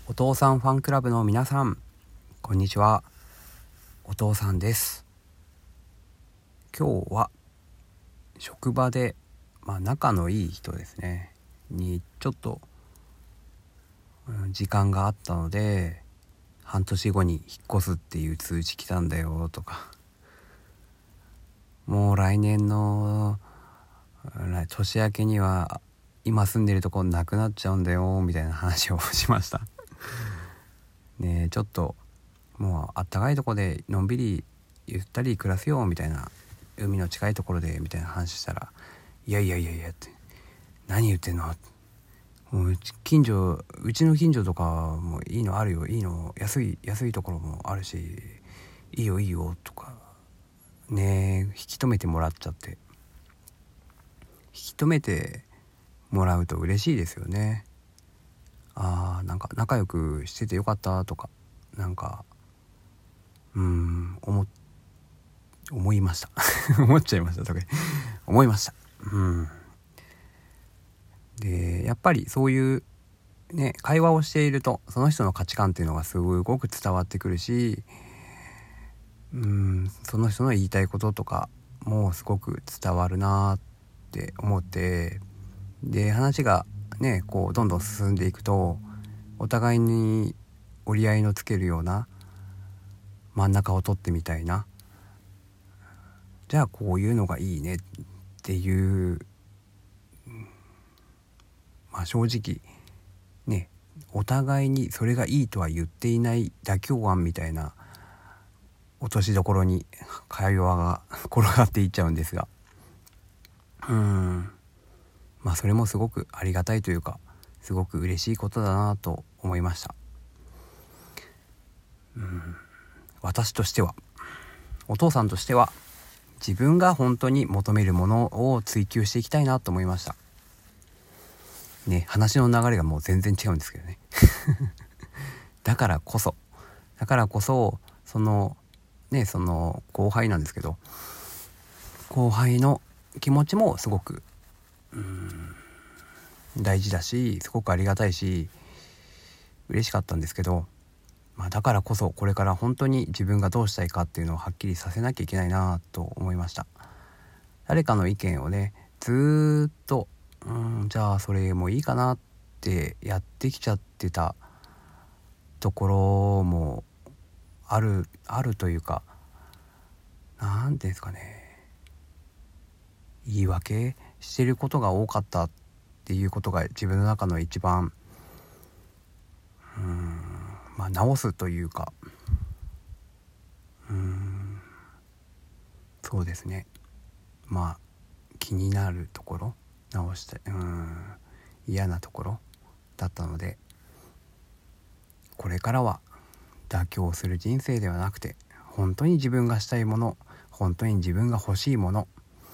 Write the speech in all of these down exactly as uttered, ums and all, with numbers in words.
お父さんファンクラブの皆さん、こんにちは。お父さんです。今日は職場で、まあ、仲のいい人ですねにちょっと、うん、時間があったので、半年後に引っ越すっていう通知来たんだよとか、もう来年の年明けには今住んでるとこなくなっちゃうんだよみたいな話をしましたね。えちょっともうあったかいとこでのんびりゆったり暮らすよみたいな、海の近いところでみたいな話したら、いやいやいやいやって何言ってんの、もううち近所うちの近所とかもいいのあるよ、いいの安い安いところもあるし、いいよいいよとかね、引き止めてもらっちゃって、引き止めてもらうと嬉しいですよね。あーなんか仲良くしててよかったとか、なんかうーん思思いました思っちゃいましたとか思いました。うんでやっぱりそういうね会話をしていると、その人の価値観っていうのがすごく伝わってくるし、うんその人の言いたいこととかもすごく伝わるなって思って、で話がねこうどんどん進んでいくと、お互いに折り合いのつけるような真ん中を取ってみたいな、じゃあこういうのがいいねっていう、まあ、正直ねお互いにそれがいいとは言っていない妥協案みたいな落としどころに会話が転がっていっちゃうんですが、うーんまあそれもすごくありがたいというか、すごく嬉しいことだなと思いました。うん私としては、お父さんとしては、自分が本当に求めるものを追求していきたいなと思いましたね。話の流れがもう全然違うんですけどねだからこそだからこそそのねその後輩なんですけど、後輩の気持ちもすごくうーん大事だし、すごくありがたいし嬉しかったんですけど、まあ、だからこそこれから本当に自分がどうしたいかっていうのをはっきりさせなきゃいけないなと思いました。誰かの意見をねずーっとうんじゃあそれもいいかなってやってきちゃってたところもあるあるというか、なんていうんですかね、言い訳してることが多かったっていうことが自分の中の一番うーんまあ直すというか、うーんそうですね、まあ気になるところ直してうーん嫌なところだったので、これからは妥協する人生ではなくて、本当に自分がしたいもの、本当に自分が欲しいもの、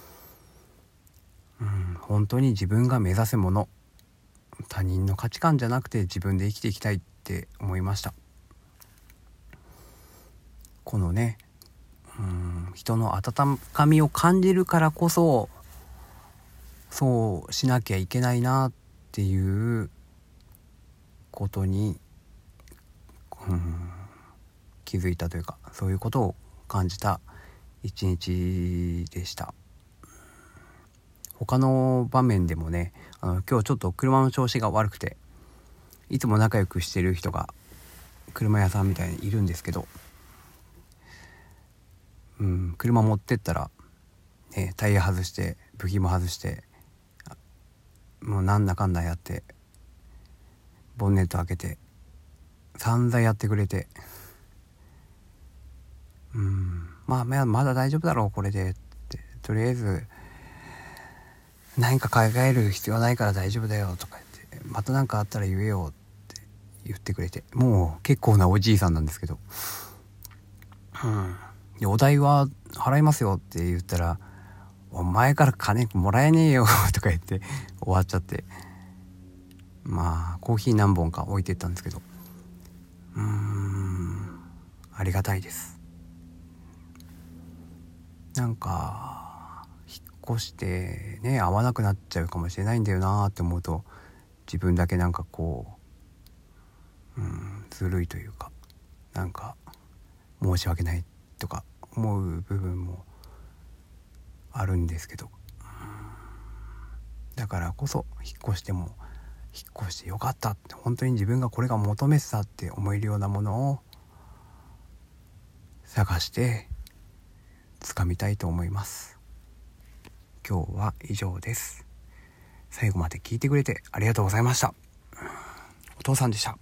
うん本当に自分が目指すもの、他人の価値観じゃなくて自分で生きていきたいって思いました。このねうん人の温かみを感じるからこそ、そうしなきゃいけないなっていうことに、うん、気づいたというか、そういうことを感じた一日でした。他の場面でもね、あの今日ちょっと車の調子が悪くて、いつも仲良くしてる人が車屋さんみたいにいるんですけど、うん、車持ってったら、ね、タイヤ外して部品も外してもうなんだかんだやってボンネット開けて散々やってくれて、うんまあまだ大丈夫だろうこれでって、とりあえず何か考える必要ないから大丈夫だよとか言って、また何かあったら言えよって言ってくれて、もう結構なおじいさんなんですけど、うんでお代は払いますよって言ったら、お前から金もらえねえよとか言って終わっちゃって、まあコーヒー何本か置いてったんですけど、うーんありがたいです。なんか引っ越してね会わなくなっちゃうかもしれないんだよなって思うと、自分だけなんかこう、うんずるいというか、なんか申し訳ないとか思う部分もあるんですけど、だからこそ引っ越しても引っ越してよかったって、本当に自分がこれが求めてたって思えるようなものを探して掴みたいと思います。今日は以上です。最後まで聞いてくれてありがとうございました。お父さんでした。